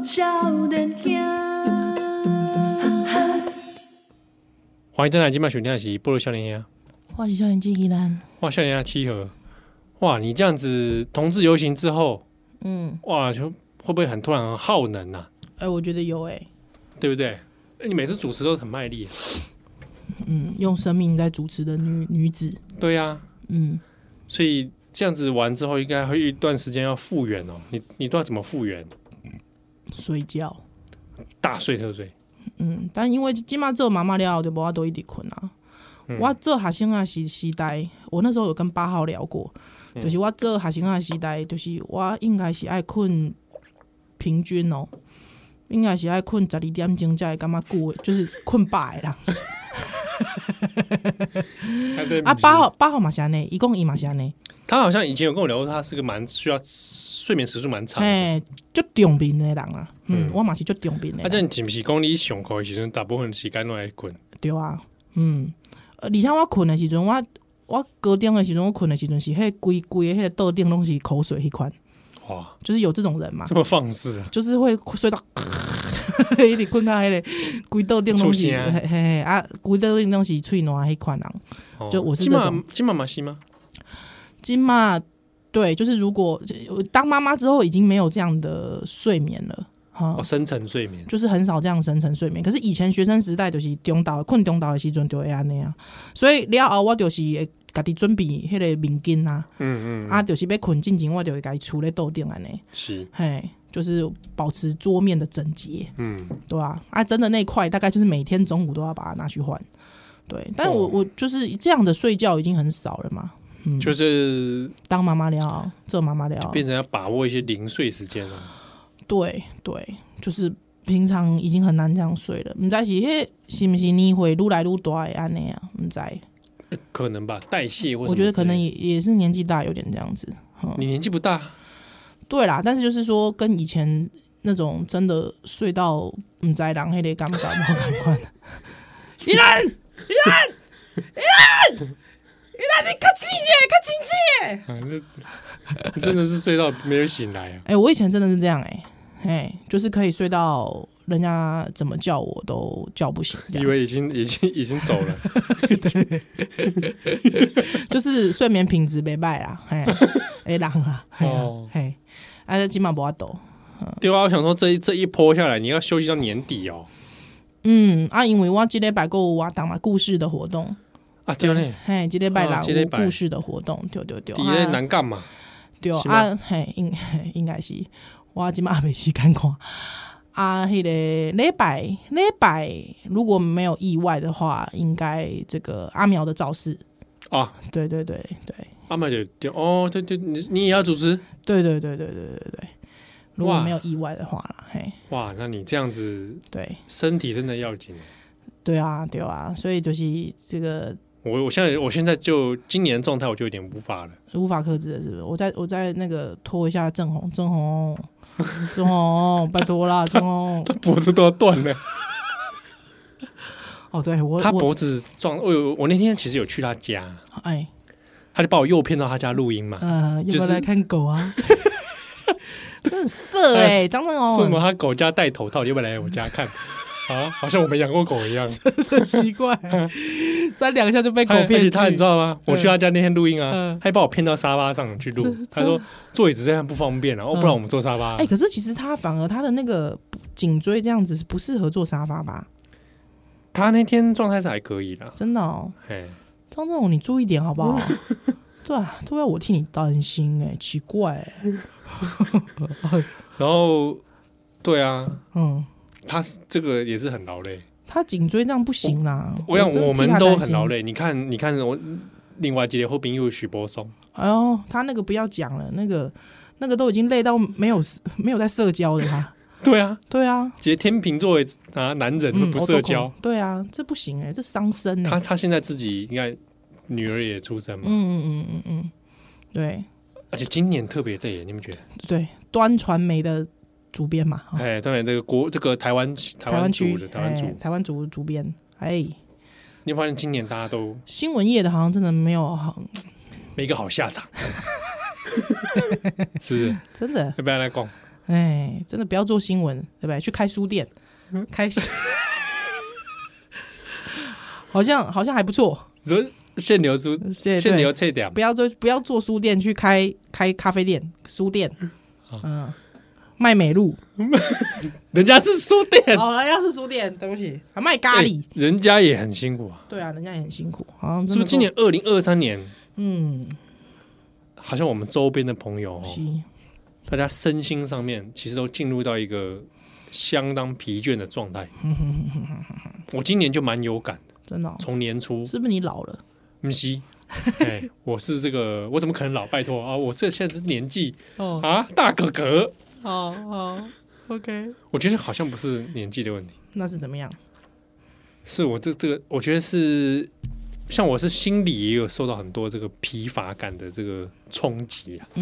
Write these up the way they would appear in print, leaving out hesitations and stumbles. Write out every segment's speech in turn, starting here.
少年兄。 欢迎登来今晚选听的是《菠萝少年呀》， 我是少年机器人。 哇，少年呀七和，哇，你这样子同志游行之后，哇，就会不会很突然很耗能啊？ 我觉得有对不对？你每次主持都很卖力， 用生命在主持的女子， 对呀，所以这样子完之后，应该会一段时间要复原哦。你都要怎么复原？ 睡觉， 大睡特睡， 但因为今嘛做妈妈了，就无法都一直困啊。我做学生啊时代，我那时候有跟8号聊过，就是我做学生啊时代，就是我应该是爱困平均哦，应该是爱困12点钟才会感觉久的，就是困饱的啦。8号嘛是安尼，一共伊嘛是安尼。 他好像以前有跟我聊过，他是个蛮需要睡眠时数蛮长的， 足重病的人啊，我嘛是足重病的。 这样是不是讲你上课的时阵，大部分时间都在困？ 对啊，而且我困的时阵，我高中的时阵，我困的时阵是迄规个迄个桌顶拢是口水迄款， 哇， 就是有这种人嘛， 这么放肆啊， 就是会睡到一直困到迄个规桌顶拢是，规桌顶拢是喙暖迄款人，就我是这种。 金妈妈是吗？ 金妈对，就是如果当妈妈之后，已经没有这样的睡眠了。 深层睡眠就是很少这样深层睡眠。可是以前学生时代就是困中岛的时阵就会安尼啊，所以了后我就是会家己准备迄个面巾啊，就是要困进前我就会家己厝咧桌顶安尼， 是， 就是保持桌面的整洁，对吧？真的那一块大概就是每天中午都要把它拿去换，对。但我就是这样的睡觉已经很少了嘛， 就是当妈妈了，做妈妈了， 变成要把握一些零碎时间了。 对，就是平常已经很难这样睡了，不知道是不是年岁愈来愈大的安尼啊？不知道， 可能吧，代谢或什么， 我觉得可能也是年纪大有点这样子。 你年纪不大， 对啦，但是就是说跟以前那种真的睡到不知道人迄个感觉无同款。依然，你较亲切， 你真的是睡到没有醒来啊！ 我以前真的是这样就是可以睡到人家怎么叫我都叫不醒， 以为已经走了， 就是睡眠品质没败啦，人啦，今晚不要抖。 对啊，我想说这一波下来，你要休息到年底哦。 因为我这礼拜还有活动嘛，故事的活动啊，对嘞， 这礼拜有故事的活动，对， 第一难干嘛？ 对应该是我今晚没时间看那个礼拜如果没有意外的话，应该这个阿苗的造势啊，对， 阿苗就对，你也要主持， 对，如果没有意外的话啦， 哇，那你这样子， 对，身体真的要紧， 对啊，所以就是这个。 我现在就今年状态我就有点无法他脖子都要断了。 对， 他脖子撞，我那天其实有去他家，他就把我诱骗到他家录音嘛， 要不要来看狗啊？真的色张正宏， 为什么他狗家戴头套？要不要来我家看？好像我没养过狗一样， 真的奇怪，3两下就被狗骗去。 他你知道吗？我去他家那天录音啊，他把我骗到沙发上去录。他说坐椅子这样不方便不然我们坐沙发。 可是其实他反而他的那个颈椎这样子是不适合坐沙发吧？ 他那天状态是还可以啦， 真的哦。张正宏，你注意点好不好？对啊，都要我替你担心奇怪然后对啊，他这个也是很劳累， 他颈椎这样不行啦。 我想我们都很劳累。你看我另外几个后边又有许柏松， 他那个不要讲了，那个都已经累到没有在社交的他。 对啊，直接天秤座男人会不社交， 对啊，这不行这伤身他现在自己应该女儿也出生嘛， 对， 而且今年特别累，你们觉得？ 对，端传媒的主编嘛， 对，这个台湾族主编， 你发现今年大家都新闻业的好像真的没个好下场，是不是？ 真的， 要不要来讲？ 哎，真的不要做新闻，对不对？去开书店，开好像还不错。 说限流册点， 不要做书店，去开咖啡店、书店，卖美露， 人家是书店， 哦，人家是书店，对不起，还卖咖喱， 人家也很辛苦啊。 对啊，人家也很辛苦，好像是不是今年2023年？好像我们周边的朋友大家身心上面其实都进入到一个相当疲倦的状态。我今年就蛮有感的， 真的， 从年初是不是你老了？ 不是，我是这个，我怎么可能老？拜托啊，我这现在的年纪大哥哥。OK， 我觉得好像不是年纪的问题， 那是怎么样？ 是我这个，我觉得是像我是心里也有受到很多这个疲乏感的这个冲击啊。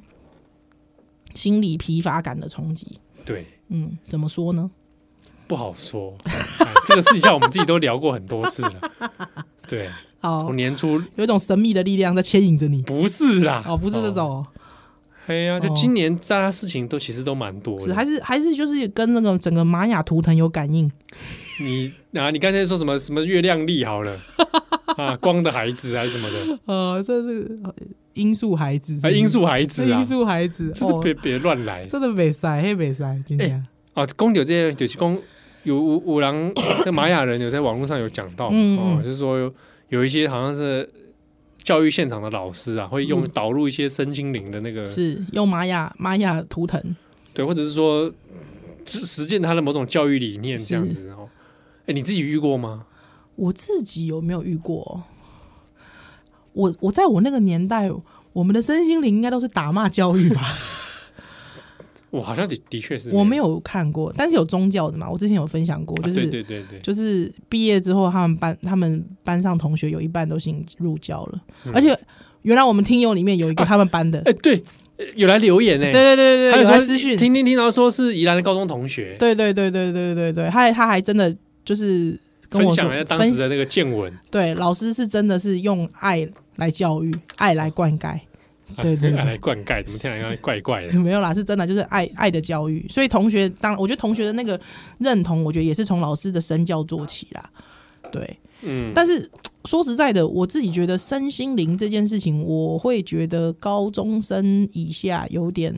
心理疲乏感的冲击。 对， 怎么说呢？ 不好说。这个事情我们自己都聊过很多次了。对，从年初有一种神秘的力量在牵引着你。 不是啦， 不是这种。 就今年大家事情都其实都蛮多的， 还是就是跟那个整个玛雅图腾有感应。 你刚才说什么月亮历好了光的孩子还是什么的？ 这是罂粟孩子， 罂粟孩子啊， 罂粟孩子， 就是别乱来， 真的没塞，黑没塞，真的。 讲到这些，就是讲有人玛雅人有在网络上有讲到，就是说有一些好像是教育现场的老师啊，会用导入一些身心灵的那个， 是用玛雅图腾，对， 或者是说实践他的某种教育理念这样子哦。你自己遇过吗？ 我自己有没有遇过？我在我那个年代，我们的身心灵应该都是打骂教育吧。 我好像的确是我没有看过，但是有宗教的嘛。我之前有分享过，就是对， 就是毕业之后，他们班上同学有一半都信入教了，而且原来我们听友里面有一个他们班的， 对，有来留言对，有来私讯， 听，然后说是宜兰的高中同学， 对，他还真的就是跟我说分享一下当时的那个见闻， 对，老师是真的是用爱来教育，爱来灌溉。对， 爱来灌溉，怎么听起来怪怪的？ 没有啦，是真的，就是爱的教育。所以同学，我觉得同学的那个认同，我觉得也是从老师的身教做起啦。对，但是说实在的，我自己觉得身心灵这件事情，我会觉得高中生以下有点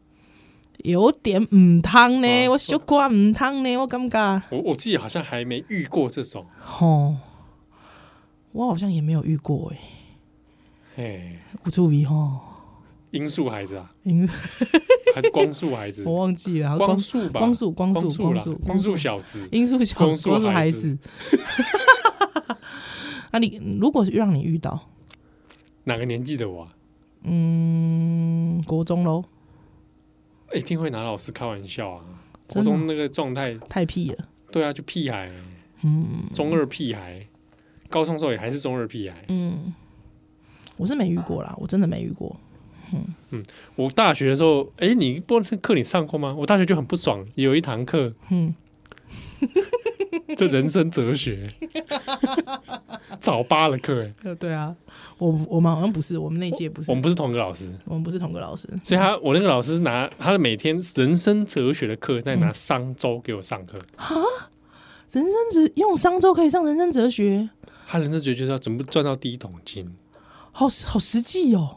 唔汤呢，我小夸唔汤呢，我感觉我自己好像还没遇过这种。 我好像也没有遇过有趣味罂粟孩子啊，还是光速孩子？ 我忘记了， 光速吧， 光速罂粟小子， 罂粟小子，光速孩子。你如果让你遇到哪个年纪的我？ 国中咯， 一定会拿老师开玩笑啊！国中那个状态太屁了。对啊，就屁孩，中二屁孩，高中时候也还是中二屁孩。 我是没遇过啦，我真的没遇过。 我大学的时候，你不知道课你上过吗？我大学就很不爽，有一堂课，这人生哲学，早八的课， 对啊，我们好像不是，我们那届不是， 我们不是同个老师， 所以我那个老师拿他的每天人生哲学的课，再拿商周给我上课。 人生用商周可以上人生哲学？ 他人生哲学就是要怎么赚到第一桶金。 好实际哦！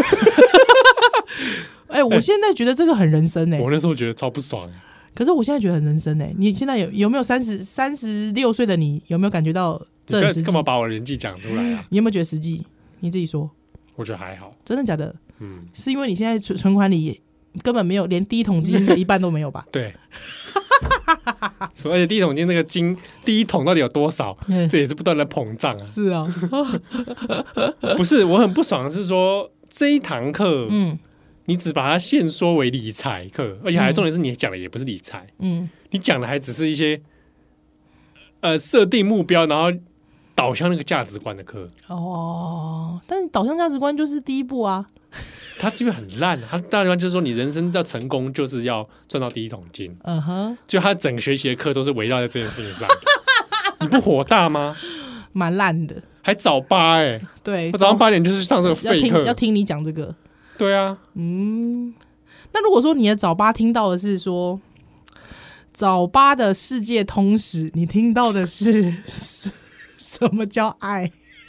我现在觉得这个很人生我那时候觉得超不爽可是我现在觉得很人生你现在有没有36岁的你有没有感觉到这很实际？ 干嘛把我的年纪讲出来啊？ 你有没有觉得实际？你自己说。 我觉得还好。 真的假的？是因为你现在存款里根本没有，连第一桶金的一半都没有吧？ 对。而且第一桶金那个金第一桶到底有多少？这也是不断的膨胀啊。 是啊。 不是，我很不爽的是说这一堂课，你只把它限缩为理财课，而且还重点是你讲的也不是理财，你讲的还只是一些设定目标，然后导向那个价值观的课。 但是导向价值观就是第一步啊。 他基本很烂，他大概就是说，你人生要成功，就是要赚到第一桶金。就他整个学习的课都是围绕在这件事情上。你不火大吗？ 蛮烂的， 还早八对，我早上8点就是上这个废课， 要听你讲这个。 对啊， 那如果说你的早八听到的是说早八的世界通史，你听到的是什么叫爱？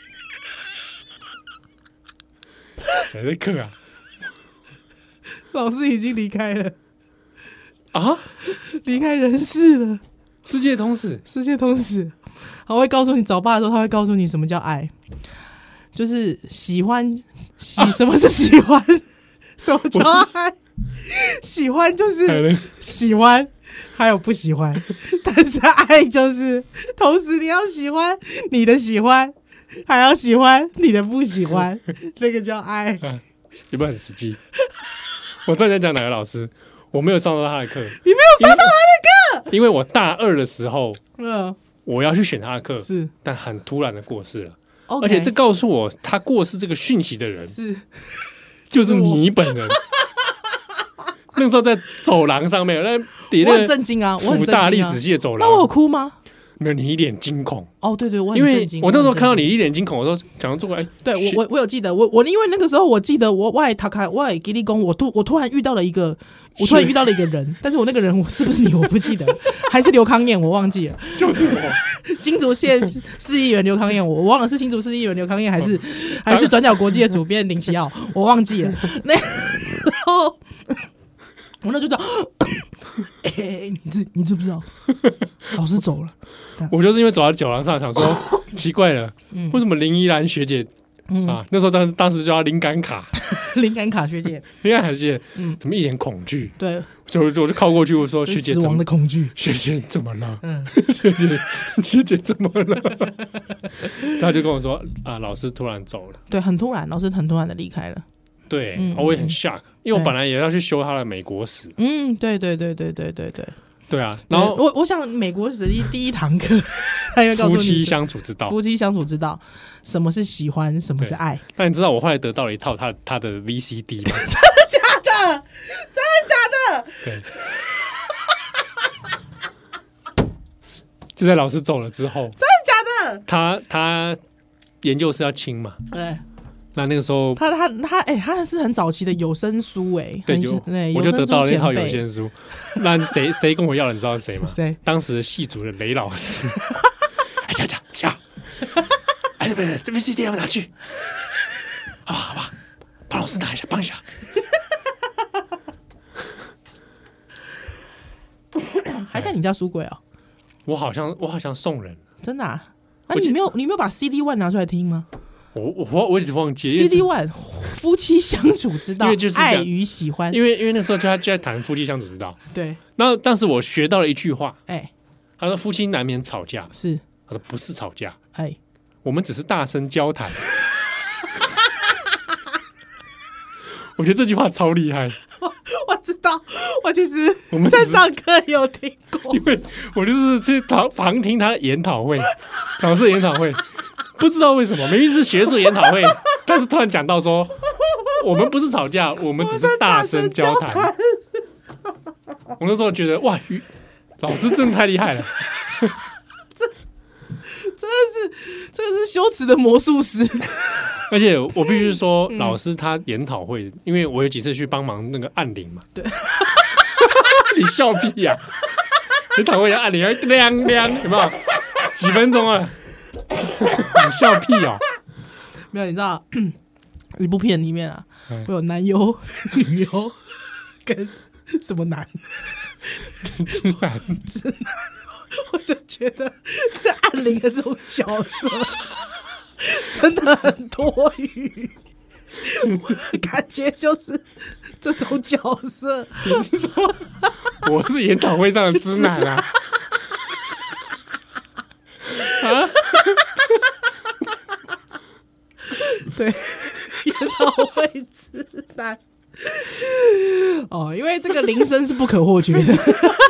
谁的课啊？ 老师已经离开了啊， 离开人世了。 世界通史， 世界通史，他会告诉你早八的时候，他会告诉你什么叫爱，就是喜欢什么是喜欢？什么叫爱？喜欢就是喜欢，还有不喜欢，但是爱就是同时你要喜欢你的喜欢，还要喜欢你的不喜欢，那个叫爱。 有没有很实际？我正在讲哪个老师，我没有上到他的课。 你没有上到他的课，因为我大2的时候，我要去选他的课， 是， 但很突然的过世了。 Okay, 而且这告诉我，他过世这个讯息的人就是你本人。那时候在走廊上面， 我很震惊啊！我很震惊啊！ 福大历史系的走廊， 那我有哭吗？ 没有，你一脸惊恐。 哦，对对，我很震惊。 因为我那时候看到你一脸惊恐，我说想要做对我有记得，我因为那个时候我记得我给你讲，我突然遇到了一个人，但是我那个人我是不是你我不记得，还是刘康燕我忘记了， 就是我新竹县市议员刘康燕，我忘了是新竹市议员刘康燕还是转角国际的主编林奇耀，我忘记了。然后我那就讲，你知不知道老师走了？ 我就是因为走到走廊上，想说奇怪了，为什么林依兰学姐啊，那时候当时叫她灵感卡， 灵感卡学姐， 灵感卡学姐，怎么一脸恐惧？ 对， 我就靠过去，我说学姐死亡的恐惧， 学姐怎么了？学姐怎么了？他就跟我说啊，老师突然走了， 对，很突然，老师很突然的离开了。 对，我也很 shock， 因为我本来也要去修他的美国史。 对。对啊，然后我想美国史第一堂课，他会告诉你夫妻相处之道， 什么是喜欢，什么是爱。 但你知道我后来得到了一套他的 VCD 吗？ 真的假的？ 对，就在老师走了之后， 真的假的？他研究室要清嘛？ 对。 那个时候， 他是很早期的有声书对，我就得到了那套有声书。那谁跟我要了？你知道是谁吗？ 谁？ 当时的系主任雷老师。瞧，不是，这 VCD 要拿去。好吧，帮老师拿一下，帮一下。 还在你家书柜啊？ 我好像送人， 真的啊？那你没有把 CD One 拿出来听吗？ 我一直忘记 CD One 夫妻相处之道，爱与喜欢。 因为那时候就在谈夫妻相处之道。 对。 那当时我学到了一句话，他说夫妻难免吵架， 是。 他说不是吵架，我们只是大声交谈。我觉得这句话超厉害。 我知道，我其实在上课有听过， 因为我就是去旁听他的研讨会，老师的研讨会。不知道为什么，明明是学术研讨会，但是突然讲到说，我们不是吵架，我们只是大声交谈。我那时候觉得，哇，老师真的太厉害了， 这个是修辞的魔术师。 而且我必须说，老师他研讨会，因为我有几次去帮忙那个按铃嘛。 对， 你笑屁呀！研讨会要按铃，亮，有没有？几分钟啊？你笑屁哦！ 没有，你知道一部片里面啊，会有男优、女优跟什么男直男， 我就觉得按铃的这种角色真的很多余。我的感觉就是这种角色。 你是说我是研讨会上的直男啊？啊？ 对，研讨会直男。因为这个铃声是不可或缺的。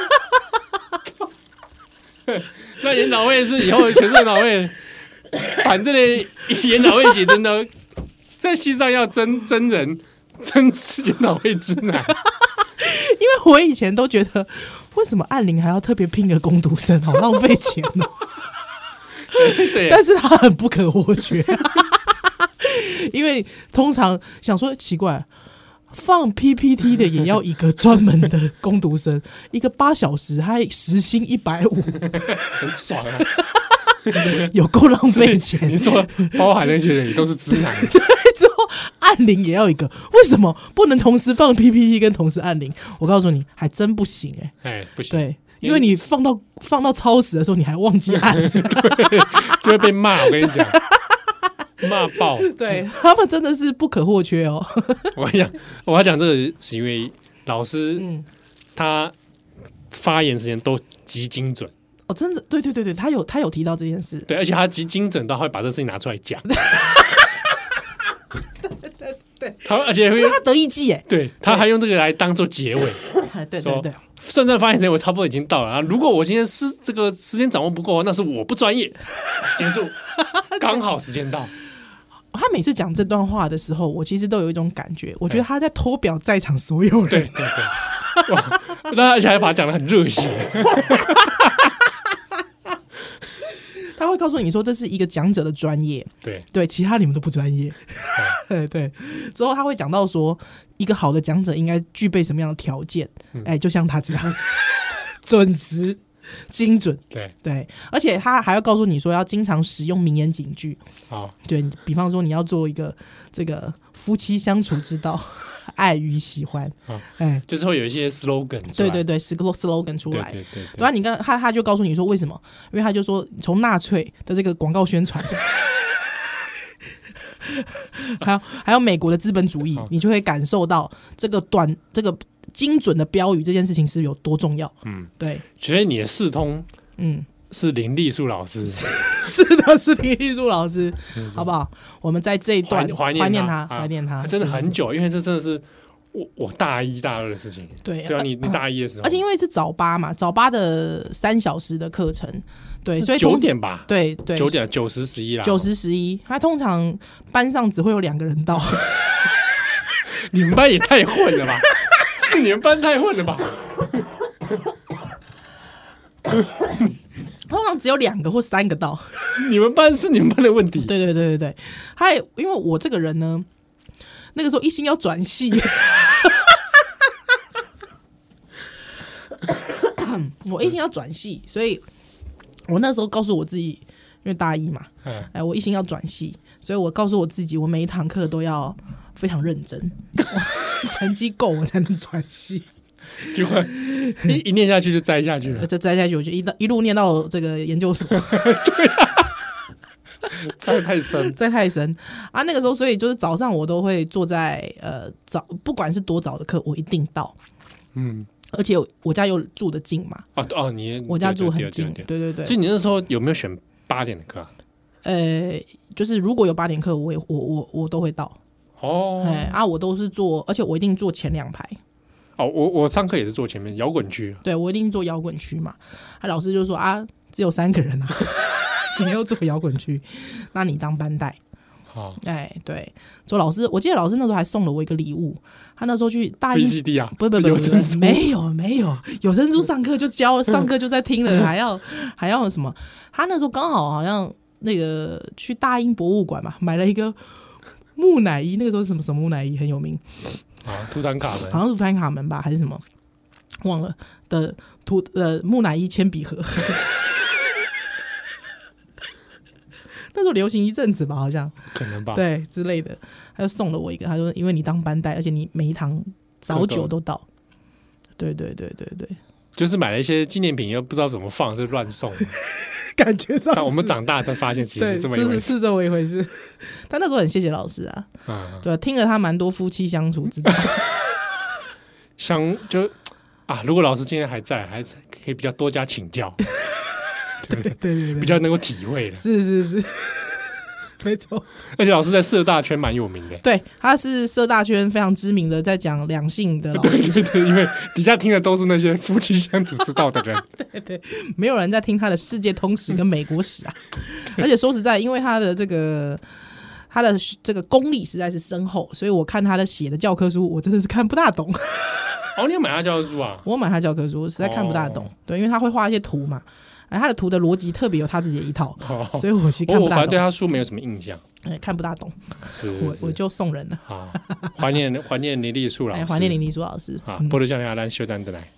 那研讨会是以后全是研讨会，反正呢，研讨会写真的在系上要真人真研讨会直男。 因为我以前都觉得，为什么按铃还要特别拼个工读生，好浪费钱哦。 对， 但是他很不可或缺。因为通常想说奇怪， 放 PPT 的也要一个专门的工读生，一个8小时还时薪150， 很爽啊！ 有够浪费钱。 你说包含那些人也都是直男， 对，之后按铃也要一个，为什么不能同时放 PPT 跟同时按铃？我告诉你，还真不行不行。 对，因为你放到超时的时候，你还忘记按， 对，就会被骂。我跟你讲，骂爆。 对，他们真的是不可或缺哦。 我要讲这个是因为老师，他发言时间都极精准。 哦，真的，对，他有提到这件事， 对，而且他极精准到会把这事情拿出来讲。对，而且这是他得意技耶。 对，他还用这个来当做结尾。 对， 算算发言时间我差不多已经到了啊！如果我今天这个时间掌握不够，那是我不专业。结束，刚好时间到。 他每次讲这段话的时候，我其实都有一种感觉，我觉得他在偷表在场所有人。 对，哇，而且还把他讲得很热血。 他会告诉你说这是一个讲者的专业，对，其他你们都不专业。对，之后他会讲到说，一个好的讲者应该具备什么样的条件？就像他这样，准时、精准。对，而且他还要告诉你说，要经常使用名言警句。对，比方说你要做一个这个夫妻相处之道。爱与喜欢， 就是会有一些 slogan 出来， 对，slogan 出来， 对啊，你跟他就告诉你说为什么？因为他就说从纳粹的这个广告宣传，还有美国的资本主义，你就会感受到这个精准的标语这件事情是有多重要。对， 觉得你的视通，是林立树老师， 是的，是林立树老师，好不好？我们在这一段怀念他， 真的很久，因为这真的是我大1、大2的事情。对啊，你大1的时候， 而且因为是早8嘛，早8的3小时的课程，对，所以 9点吧， 对 ，9点9时11啦 ，9时11，他通常班上只会有2个人到。 你们班也太混了吧？是你们班太混了吧？ 通常只有2个或3个到。 你们班是你们班的问题。 对，因为我这个人呢，那个时候一心要转系，我一心要转系，所以我那时候告诉我自己，因为大1嘛，我一心要转系，所以我告诉我自己，我每一堂课都要非常认真，成绩够我才能转系。 就会一念下去就栽下去了， 这栽下去我就一路念到这个研究所。 对啊，栽太深啊！那个时候，所以就是早上我都会坐在不管是多早的课，我一定到。而且我家又住得近嘛。我家住很近，对。 所以你那时候有没有选8点的课？ 就是如果有8点课，我都会到。我都是坐，而且我一定坐前2排。 我上课也是坐前面摇滚区， 对，我一定坐摇滚区嘛。老师就说只有3个人啊，你要坐摇滚区，那你当班带。对，所以我记得老师那时候还送了我一个礼物，他那时候去大一 VCD 啊， 不， 有声书没有，有声书上课就教了，上课就在听了，还要什么？他那时候刚好好像那个去大英博物馆嘛，买了一个木乃伊，那个时候什么木乃伊很有名。 图坦卡门， 好像是图坦卡门吧，还是什么，忘了的木乃伊铅笔盒。那时候流行一阵子吧，好像可能吧， 对之类的。他就送了我一个，他说因为你当班带，而且你每一堂早9都到。对， 就是买了一些纪念品，又不知道怎么放，就乱送。 感觉上我们长大才发现，其实是这么一回事， 是这么一回事。但那时候很谢谢老师啊，对，听了他蛮多夫妻相处之道。 如果老师今天还在，还可以比较多加请教。 对， 比较能够体会了。 是，没错。 而且老师在社大圈蛮有名的， 对，他是社大圈非常知名的，在讲两性的老师。 对，因为底下听的都是那些夫妻相处之道的人。 对，没有人在听他的世界通史跟美国史啊。而且说实在，因为他的这个功力实在是深厚，所以我看他的写的教科书，我真的是看不大懂。 你有买他教科书啊？ 我买他教科书，实在看不大懂。对，因为他会画一些图嘛。 他的图的逻辑特别有他自己的一套，所以我其实看不大懂。 我反正对他书没有什么印象， 看不大懂， 是我就送人了。 好，怀念林立树老师， 怀念林立树老师。 啊，波多笑脸阿兰修丹的来。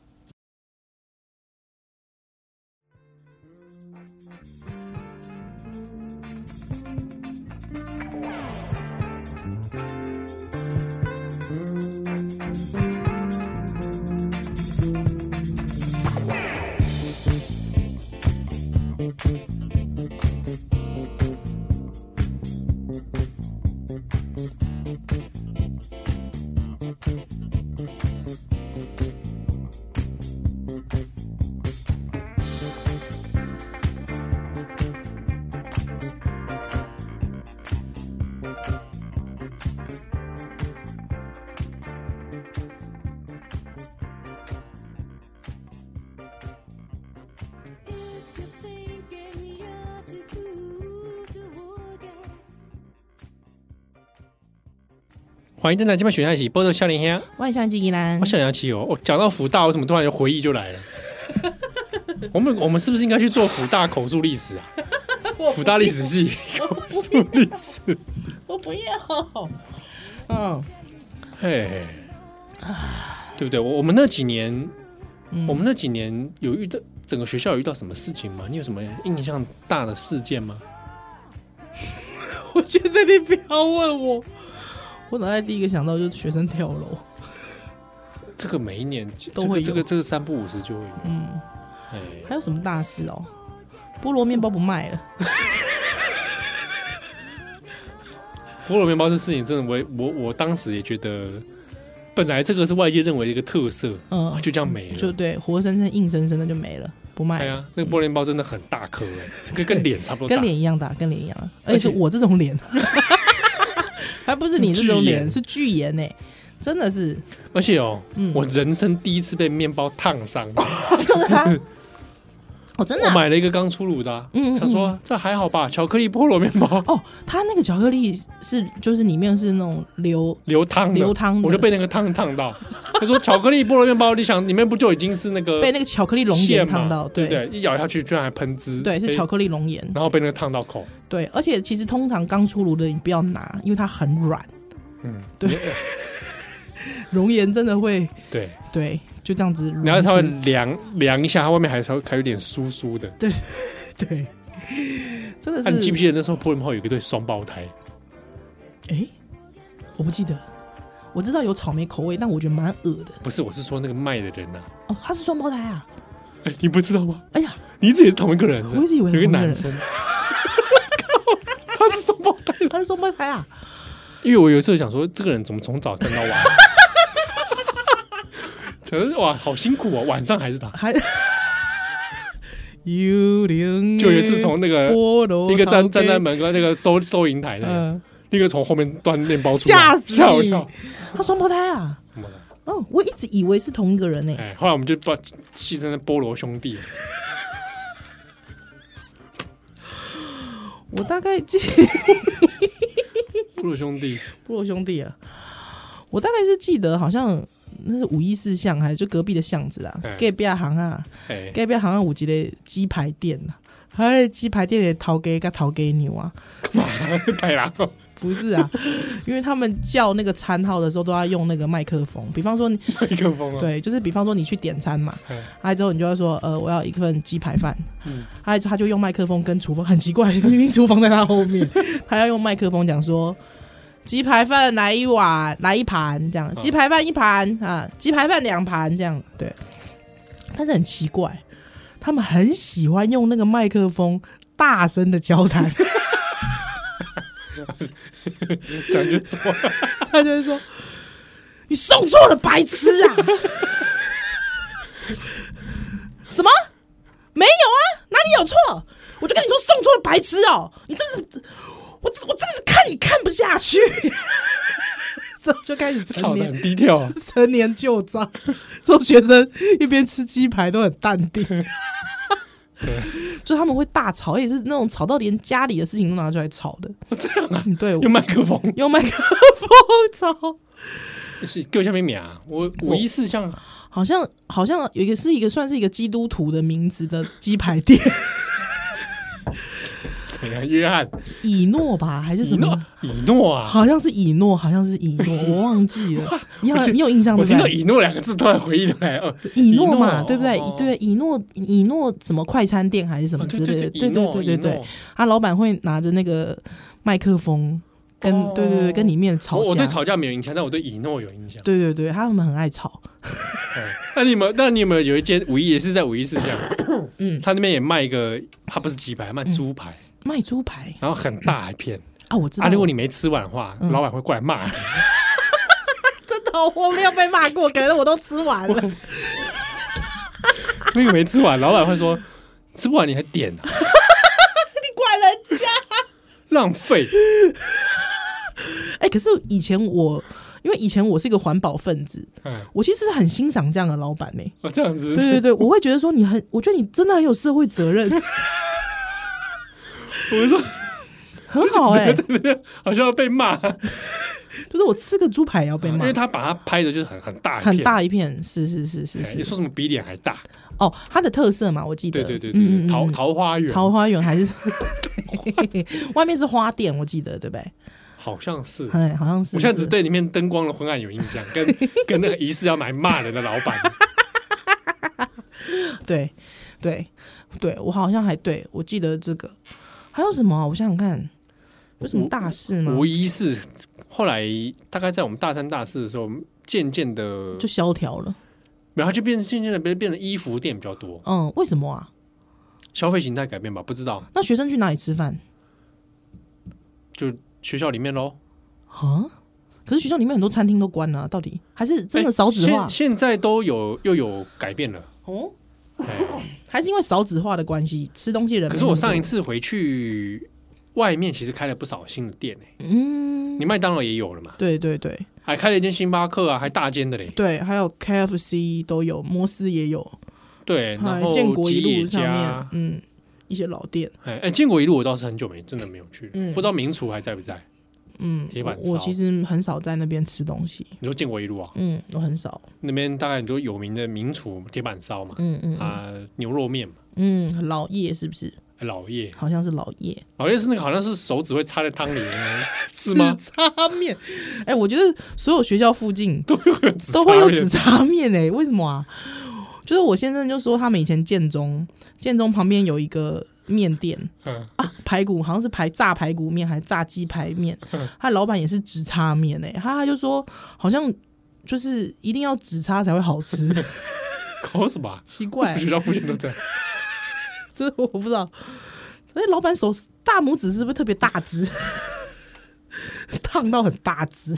欢迎登来这边选项一起波多笑脸兄， 万象季兰， 我笑脸起哦，讲到福大，为什么突然回忆就来了？我们是不是应该去做福大口述历史啊？福大历史系口述历史， 我不要。嗯， 嘿，对不对？我们那几年，有遇到整个学校有遇到什么事情吗？你有什么印象大的事件吗？ 我觉得你不要问我。我脑袋第一个想到就是学生跳楼， 这个每一年都会有， 这个3不5时就会有。嗯， 还有什么大事哦？菠萝面包不卖了。 菠萝面包这事情真的，我当时也觉得，本来这个是外界认为的一个特色，就这样没了， 就对，活生生硬生生的就没了，不卖了。 对啊，那个菠萝面包真的很大颗，跟脸差不多大， 跟脸一样大，跟脸一样，而且是我这种脸。还不是你这种脸，是巨盐欸，真的是。 而且我人生第一次被面包烫伤， 就是真的。 我买了一个刚出炉的，他说这还好吧，巧克力菠萝面包。 哦，它那个巧克力就是里面是那种流汤的， 我就被那个汤烫到。他说巧克力菠萝面包，你想里面不就已经是那个被那个巧克力龙眼烫到， 对，一咬下去居然还喷汁， 对，是巧克力龙眼， 然后被那个烫到口。 对，而且其实通常刚出炉的你不要拿，因为它很软。对，熔岩真的会，对，就这样子。 你要稍微凉一下，它外面还有点酥酥的。 对，真的是。 你记不记得那时候菠萝面包有一对双胞胎？ 我不记得。我知道有草莓口味，但我觉得蛮恶的。 不是，我是说那个卖的人啊。 哦，他是双胞胎啊？ 你不知道吗？ 哎呀， 你一直也是同一个人， 我一直以为有一个男生。他是双胞胎， 他是双胞胎啊！ 因为我有一次想说，这个人怎么从早站到晚？可是哇，好辛苦哦，晚上还是他。就有一次从那个一个站在门口那个收银台的。那个从后面端面包出来，吓我一跳。 他双胞胎啊！哦，我一直以为是同一个人呢。 后来我们就把戏称成菠萝兄弟。 我大概记菠萝兄弟啊！ 我大概是记得好像那是514巷，还是就隔壁的巷子啊？隔壁行啊，隔壁行啊，有一个鸡排店啊，还鸡排店的头家跟头家娘啊， 太狼了。 不是啊，因为他们叫那个餐号的时候都要用那个麦克风，比方说麦克风对，就是比方说你去点餐嘛，还之后你就要说我要一份鸡排饭，他就用麦克风跟厨房很奇怪，明明厨房在他后面，他要用麦克风讲说鸡排饭来一盘这样，鸡排饭1盘啊，鸡排饭2盘这样，对，但是很奇怪，他们很喜欢用那个麦克风大声的交谈。 讲句什么？ 他就会说：“你送错了，白痴啊！”什么？没有啊，哪里有错？我就跟你说送错了，白痴哦！你真是，我真的是看你看不下去，之后就开始吵得很低调啊， 陈年旧账。这种学生一边吃鸡排都很淡定。就他们会大吵，也是那种吵到连家里的事情都拿出来吵的。 这样啊？ 对， 用麦克风吵。 是叫什么名啊？我51巷好像有一个算是一个基督徒的名字的鸡排店。 怎样？约翰以诺吧，还是什么？ 以诺啊， 好像是以诺，我忘记了。你有印象对不对？ 我听到以诺2个字，突然回忆出来。 以诺嘛，对不对？对，以诺什么快餐店还是什么之类的？对。他老板会拿着那个麦克风，对，跟里面吵架。 我对吵架没有印象，但我对以诺有印象。 对，他们很爱吵。 那你有没有一间51也是在51巷？他那边也卖一个，他不是鸡排，卖猪排。 卖猪排， 然后很大一片啊！我知道。 如果你没吃完的话，老板会过来骂你。 真的，我没有被骂过，可能我都吃完了。 因为没吃完，老板会说：“吃不完你还点啊？” 你管人家？ 浪费。 可是以前我是一个环保分子，我其实很欣赏这样的老板呢。 这样子， 对，我会觉得说我觉得你真的很有社会责任。 我说很好好像要被骂。 就是我吃个猪排也要被骂， 因为他把它拍的就是很大一片， 是。 你说什么比脸还大？ 哦，它的特色嘛，我记得。 对，桃花源还是外面是花店，我记得对不对？ 好像是， 好像是。 我现在只对里面灯光的昏暗有印象，跟那个疑似要来骂人的老板。 对，我好像我记得这个。还有什么？我想想看，有什么大事吗 ？51后来大概在我们大3、大4的时候，渐渐的就萧条了， 然后就渐渐的变成衣服店比较多。 为什么啊？ 消费形态改变吧，不知道。 那学生去哪里吃饭？ 就学校里面咯。 可是学校里面很多餐厅都关了，到底还是真的少子化？ 现在都又有改变了哦。 还是因为少子化的关系，吃东西人。 可是我上一次回去，外面其实开了不少新的店你麦当劳也有了嘛？ 对， 还开了一间星巴克啊，还大间的嘞。 对，还有 KFC 都有，摩斯也有。 对，然后建国一路上面，一些老店。 建国一路我倒是很久真的没有去，不知道名厨还在不在。铁板烧， 我其实很少在那边吃东西。 你说建国一路啊？ 我很少。 那边大概很多有名的名厨，铁板烧嘛，牛肉面嘛， 老叶是不是？ 老叶好像是老叶是那个好像是手指会插在汤里面，是吗？ 紫叉面，我觉得所有学校附近都会有紫叉面为什么啊？就是我先生就说他们以前建中旁边有一个面店排骨好像是炸排骨面还是炸鸡排面，他老板也是直插面他就说好像就是一定要直插才会好吃。 搞什么？ 奇怪， 学校附近都这样。 这我不知道。老板手大拇指是不是特别大只？烫到很大只。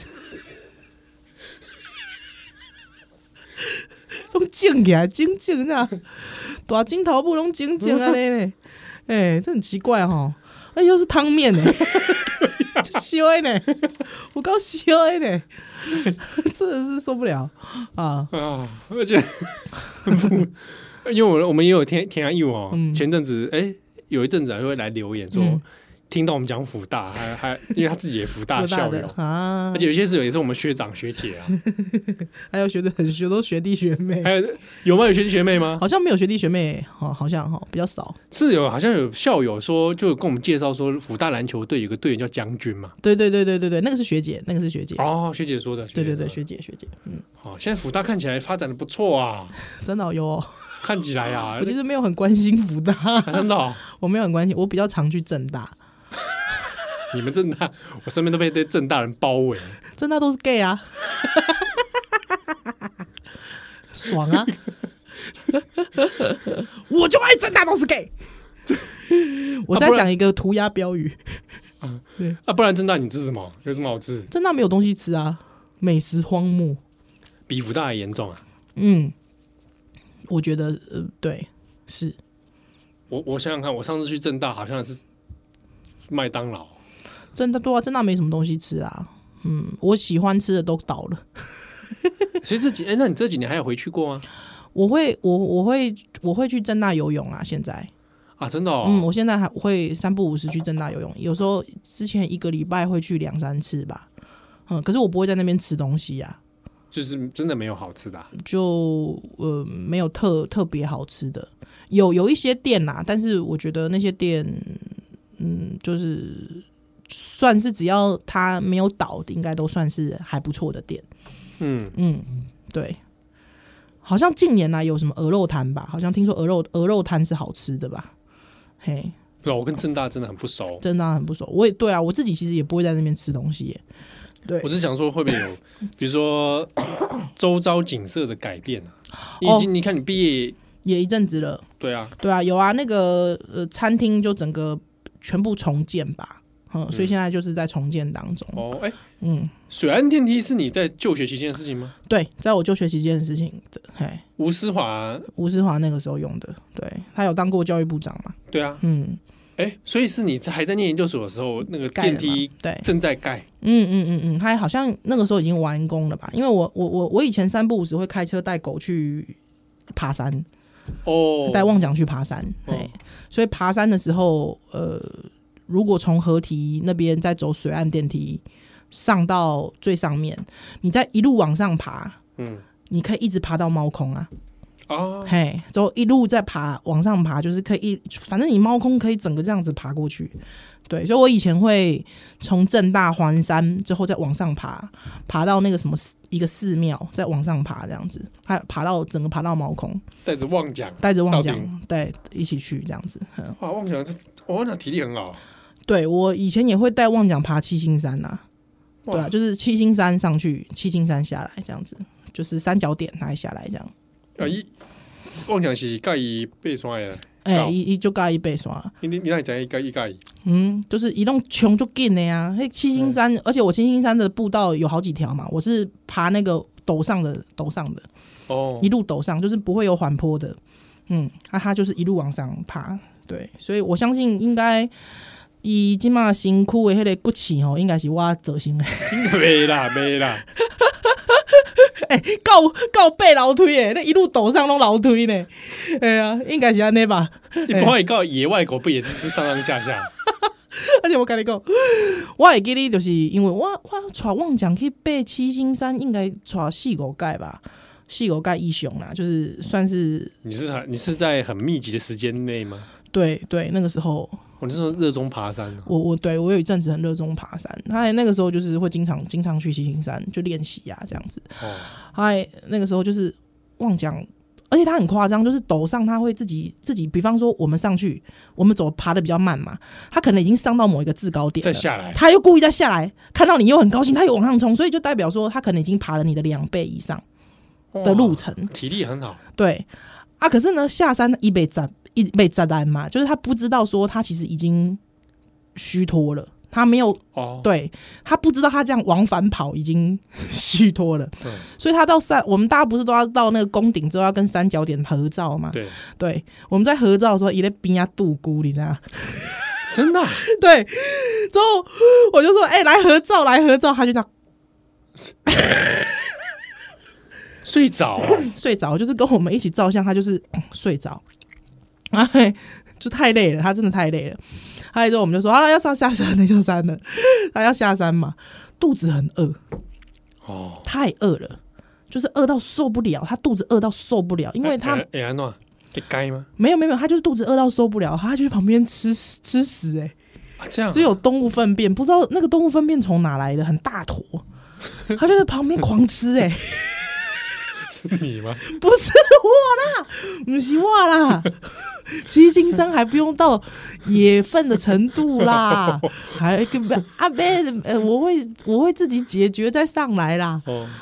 都静起来，静啊！大金头不拢静啊嘞！这很奇怪哈。又是汤面烧呢，我够烧呢，真的是受不了啊！ 而且，因为我们也有田安义前阵子有一阵子还会来留言说。听到我们讲辅大，还因为他自己也辅大校友而且有些也是我们学长学姐还有很多学弟学妹， 有吗？有学弟学妹吗？ 好像没有学弟学妹，好像比较少。 是好像有校友说，就有跟我们介绍说，辅大篮球队有个队员叫将军嘛。 对，那个是学姐， 哦，学姐说的。 对，学姐。 好，现在辅大看起来发展的不错啊， 真的有看起来啊， 我其实没有很关心辅大， 真的， 我没有很关心，我比较常去政大。 你们政大，我身边都被这政大人包围， 政大都是 gay 啊，爽啊！我就爱政大都是 gay。我现在讲一个涂鸦标语不然政大你吃什么？有什么好吃？ 政大没有东西吃啊，美食荒漠， 比辅大还严重啊。 我觉得对，是。 我想想看，我上次去政大好像是麦当劳。 政大没什么东西吃啊。我喜欢吃的都倒了。 所以那你这几年还有回去过吗？ 我会去政大游泳啊，现在啊，真的我现在还会3不5时去政大游泳，有时候之前1个礼拜会去2-3次吧。可是我不会在那边吃东西啊。 就是真的没有好吃的、 就没有特别好吃的，有一些店啦，但是我觉得那些店就是算是只要它没有倒的，应该都算是还不错的店。对，好像近年来有什么鹅肉摊吧，好像听说鹅肉摊是好吃的吧？嘿， 对啊，我跟正大真的很不熟， 真的很不熟。我也对啊，我自己其实也不会在那边吃东西耶。对， 我是想说会不会有，比如说周遭景色的改变啊？你看你毕业也一阵子了， 对啊， 有啊，那个餐厅就整个全部重建吧。所以现在就是在重建当中。 水岸电梯是你在就学期间的事情吗？ 对，在我就学期间的事情的。 吴思华那个时候用的，对，他有当过教育部长嘛？ 对啊，所以是你还在念研究所的时候，那个电梯对正在盖。 他好像那个时候已经完工了吧？因为我以前3不5时会开车带狗去爬山，带旺奖去爬山，所以爬山的时候，如果从河堤那边再走水岸电梯上到最上面，你再一路往上爬，你可以一直爬到猫空啊。之后一路再往上爬，就是可以反正你猫空可以整个这样子爬过去。对，所以我以前会从正大环山之后再往上爬到那个什么一个寺庙，再往上爬这样子，整个爬到猫空， 带着旺奖， 对，一起去这样子。 哇，旺奖体力很好。 对，我以前也会带旺奖爬七星山啊，对啊，就是七星山上去，七星山下来这样子，就是三角点还下来这样。 旺奖是盖伊爬山的， 伊就盖伊爬山。 你哪知伊盖伊？ 就是一栋穷就紧的呀。七星山，而且我七星山的步道有好几条嘛，我是爬那个陡上的，一路陡上，就是不会有缓坡的。他就是一路往上爬。对，所以我相信应该。伊即马身躯的迄个骨刺吼，应该是我造成的。 没啦。 够爬楼梯诶，那一路陡上拢楼梯呢。应该是安尼吧。 你不会告野外狗不也是上上下下？ 而且我跟你讲，我会记得就是因为我带旺奖去爬七星山，应该带4-5届吧，4-5届以上啦，就是算是。 你是在很密集的时间内吗？ 对，那个时候。 我那时候热衷爬山。 我有一阵子很热衷爬山，他那个时候就是会经常去七星山就练习啊这样子。那个时候就是旺奖，而且他很夸张，就是陡上他会自己，比方说我们上去，我们爬的比较慢嘛，他可能已经上到某一个制高点了， 再下来， 他又故意再下来，看到你又很高兴，他又往上冲，所以就代表说他可能已经爬了你的2倍以上的路程， 体力很好。 对啊，可是呢下山一被炸弹嘛，就是他不知道说他其实已经虚脱了，他没有对，他不知道他这样往返跑已经虚脱了，所以他到我们大家不是都要到那个宫顶之后要跟三角点合照吗？对，我们在合照的时候，他在边啊度孤，你知道？ 真的、啊？ 对，之后我就说：“来合照，来合照。”他就这样睡着、 睡着，就是跟我们一起照相，他就是睡着。就太累了，他真的太累了。还有之后我们就说好了，要下山了，他要下山嘛，肚子很饿，太饿了，就是饿到受不了，他肚子饿到受不了，因为他安怎给该吗？ 没有，他就是肚子饿到受不了，他就去旁边吃屎这样只有动物粪便，不知道那个动物粪便从哪来的，很大坨，他就在旁边狂吃是你吗？ 不是我啦，不是我啦。七星山还不用到野粪的程度啦，还我会自己解决再上来啦。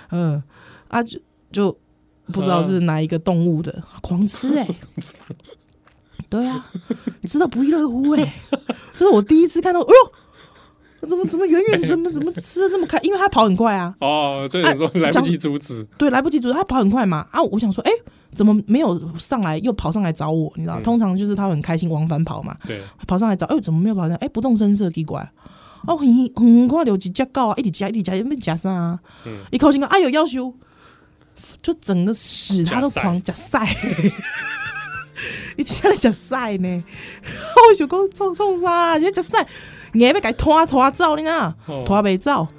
就不知道是哪一个动物的，狂吃对啊，吃到不亦乐乎这是我第一次看到，哎呦，怎么远远怎么吃的那么开？因为他跑很快啊。 所以你说来不及阻止。 对，来不及阻止，他跑很快嘛。我想说，怎么没有上来又跑上来找我？你知道，通常就是他很开心往返跑嘛。 对， 跑上来找，怎么没有跑上来？不动声色奇怪。很看到一只狗啊，一直夹，要夹啥啊？一口气有要求，就整个屎他都狂夹晒。你真的夹晒呢？我想讲冲啥？你夹晒，硬要给拖走，你知道？拖袂走，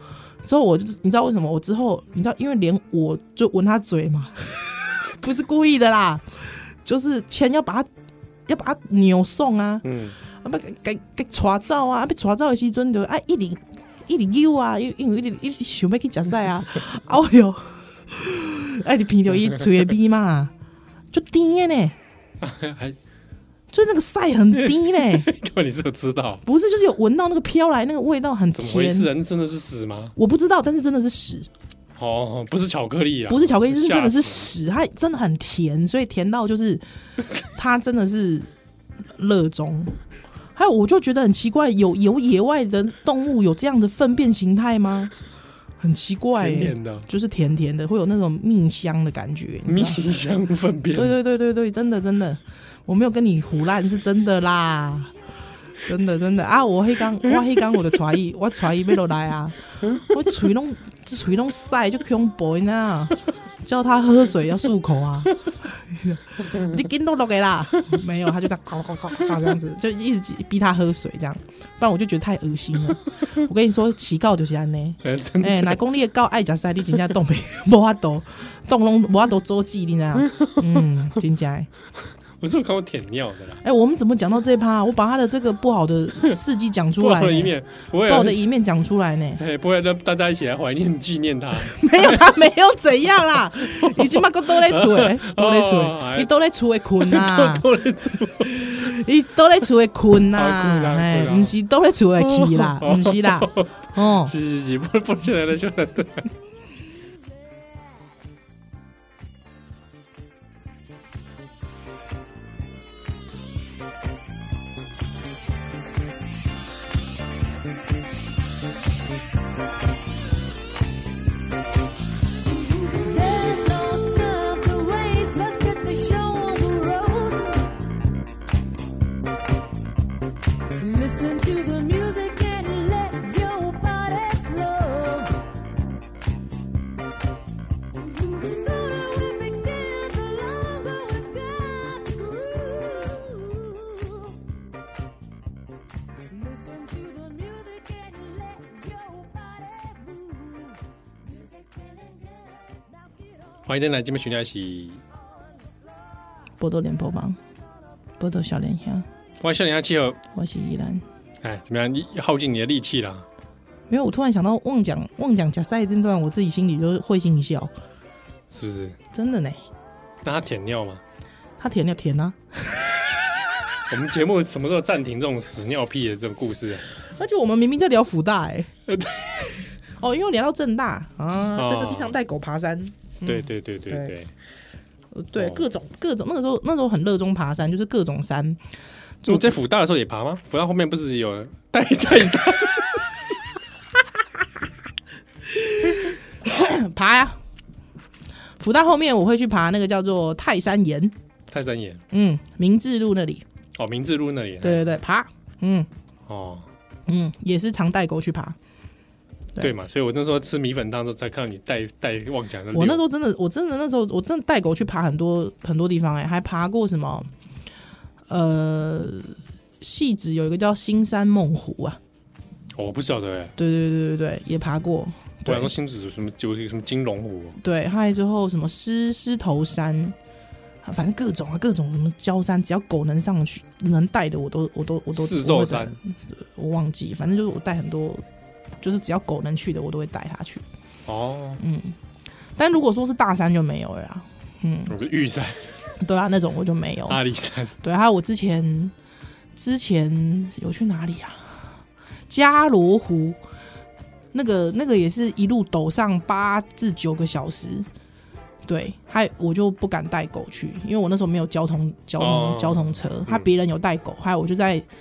之后你知道为什么？我之后你知道，因为连我就闻他嘴嘛，不是故意的啦，就是钱要把它扭送啊，要给带走啊，被带走的时阵就一直扭啊，因为一直想要去食屎啊，我就你闻到伊嘴的味嘛，就甜的呢，就那个屎很甜呢。 根本你是有知道？ 不是，就是有闻到那个飘来那个味道很甜。 怎么回事啊？真的是屎吗？ 我不知道，但是真的是屎。 哦，不是巧克力啊， 不是巧克力，是真的是屎，它真的很甜，所以甜到就是它真的是热衷。还有，我就觉得很奇怪，有野外的动物有这样的粪便形态吗？很奇怪、 甜甜的， 就是甜甜的，会有那种蜜香的感觉。 蜜香粪便， 对，真的，我没有跟你胡乱，是真的啦，真的啊！我迄天我就带伊，我带伊要落来啊，我嘴拢塞就恐怖呢，叫他喝水要漱口啊。你紧落的啦，没有，他就这样这样子，就一直逼他喝水这样，不然我就觉得太恶心了。我跟你说，饲狗就是安尼，来讲你的狗爱食屎，你真正动无法度，拢无法度做记，你知道？真正的。 我是有看过舔尿的啦。 我们怎么讲到这一趴？我把他的这个不好的事迹讲出来， 不好的一面， 不好的一面讲出来呢。 不会让大家一起来怀念纪念他。 没有，他没有怎样啦，你今麦个都在厝诶，都在厝，你都在厝诶困呐，你都在厝诶困呐，不是都在厝诶去啦，不是啦， 是，不是来的就来的。欢迎来这边寻聊是波多连播帮，波多小莲香。 我是小莲香七号， 我是依兰。 哎，怎么样？你耗尽你的力气啦？ 没有，我突然想到妄讲假赛这段，我自己心里就会心一笑， 是不是？ 真的呢。 那他舔尿吗？ 他舔尿舔啊。 我们节目什么时候暂停这种屎尿屁的这种故事啊？ 而且我们明明在聊辅大哦，因为我聊到政大啊，这个经常带狗爬山。 对， 各种那时候很热衷爬山，就是各种山。 我在辅大的时候也爬吗？辅大后面不是有带山爬呀？辅大后面我会去爬那个叫做泰山岩。 泰山岩， 明治路那里。 哦，明治路那里。 对，爬，也是常带狗去爬。 对嘛，所以我那时候吃米粉汤的时候才看到你带妄讲的。 我那时候真的带狗去爬很多地方还爬过什么汐止有一个叫新山梦湖啊。 我不晓得对，也爬过。 对，说新止什么就什么金龙湖。 对，还有之后什么狮头山，反正各种什么焦山，只要狗能上去能带的我都四兽山， 我忘记，反正就是我带很多。就是只要狗能去的，我都会带它去。但如果说是大山就没有了啦。 我是玉山。 对啊，那种我就没有。 阿里山。对， 还有我之前有去哪里啊？加罗湖，那个也是一路陡上8至9个小时。对，我就不敢带狗去，因为我那时候没有交通车，别人有带狗，还有我就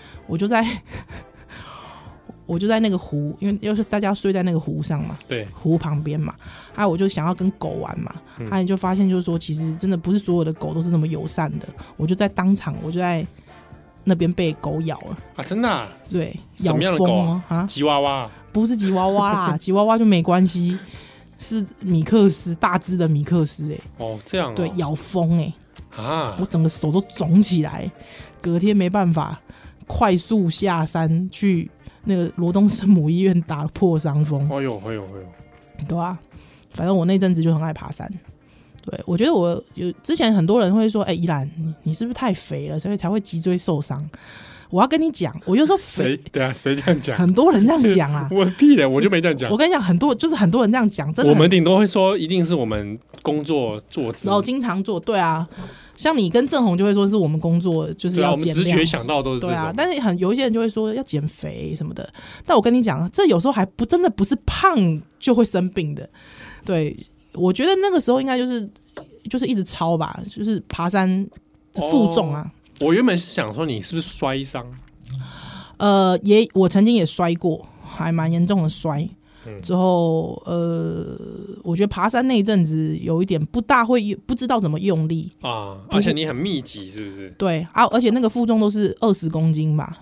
在那个湖，因为要是大家睡在那个湖上嘛， 对， 湖旁边嘛，我就想要跟狗玩嘛，你就发现就是说，其实真的不是所有的狗都是那么友善的。我就在那边被狗咬了啊！真的、啊？ 对， 咬疯啊！吉娃娃？ 不是吉娃娃啦，吉娃娃就没关系，是米克斯，大只的米克斯这样对，咬疯我整个手都肿起来，隔天没办法快速下山去那个罗东圣母医院打破伤风。 哎呦， 对啊，反正我那阵子就很爱爬山。对，我觉得我之前很多人会说，宜兰你是不是太肥了，所以才会脊椎受伤？我要跟你讲，我有时候肥， 对啊，谁这样讲？ 很多人这样讲啊， 我屁的，我就没这样讲。 我跟你讲，很多人这样讲，真的。 我们顶多会说，一定是我们工作坐姿， 然后经常做，对啊。像你跟郑红就会说是我们工作就是要减量， 我们直觉想到都是这种。 对啊，但是有一些人就会说要减肥什么的。但我跟你讲，这有时候还真的不是胖就会生病的。对，我觉得那个时候应该就是一直超吧，就是爬山负重啊。 我原本是想说你是不是摔伤？ 我曾经也摔过，还蛮严重的摔。之后我觉得爬山那一阵子有一点不知道怎么用力啊，而且你很密集，是不是？ 对啊，而且那个负重都是20公斤吧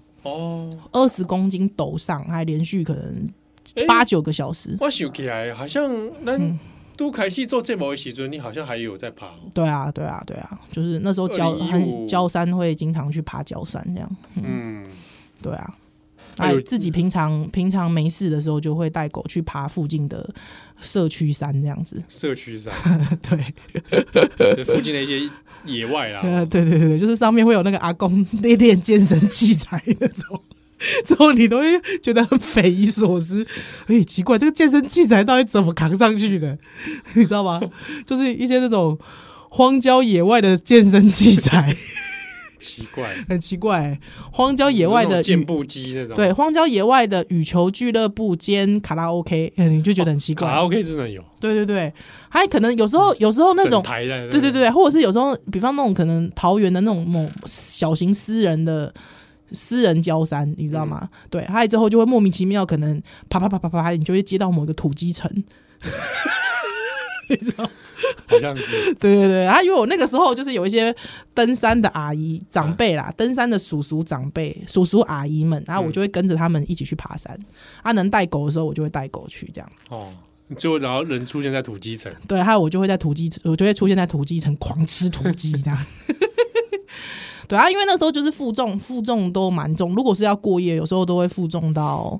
，20公斤抖上，还连续可能8-9个小时。 我想起来，好像都开始做这模的时候，你好像还有在爬。 对啊，就是那时候焦山会经常去爬焦山这样。对啊。自己平常没事的时候，就会带狗去爬附近的社区山这样子。社区山， 对，附近的一些野外啦。 对，就是上面会有那个阿公练健身器材那种，之后你都会觉得很匪夷所思。奇怪，这个健身器材到底怎么扛上去的？你知道吗？就是一些那种荒郊野外的健身器材。很奇怪，荒郊野外的健步机那种， 对，荒郊野外的羽球俱乐部兼卡拉 OK， 你就觉得很奇怪。 卡拉 OK 真的有， 对，还可能有时候那种台的， 对，或者是有时候，比方那种可能桃园的那种小型私人郊山，你知道吗？对，还有之后就会莫名其妙，可能啪，你就会接到某一个土鸡城，你知道。 好像是对，因为我那个时候就是有一些登山的阿姨长辈啦，登山的叔叔长辈、叔叔阿姨们，然后我就会跟着他们一起去爬山。能带狗的时候，我就会带狗去这样。 就然后人出现在土鸡城， 对，还有我就会出现在土鸡城狂吃土鸡这样。对啊，因为那时候就是负重都蛮重，如果是要过夜，有时候都会负重到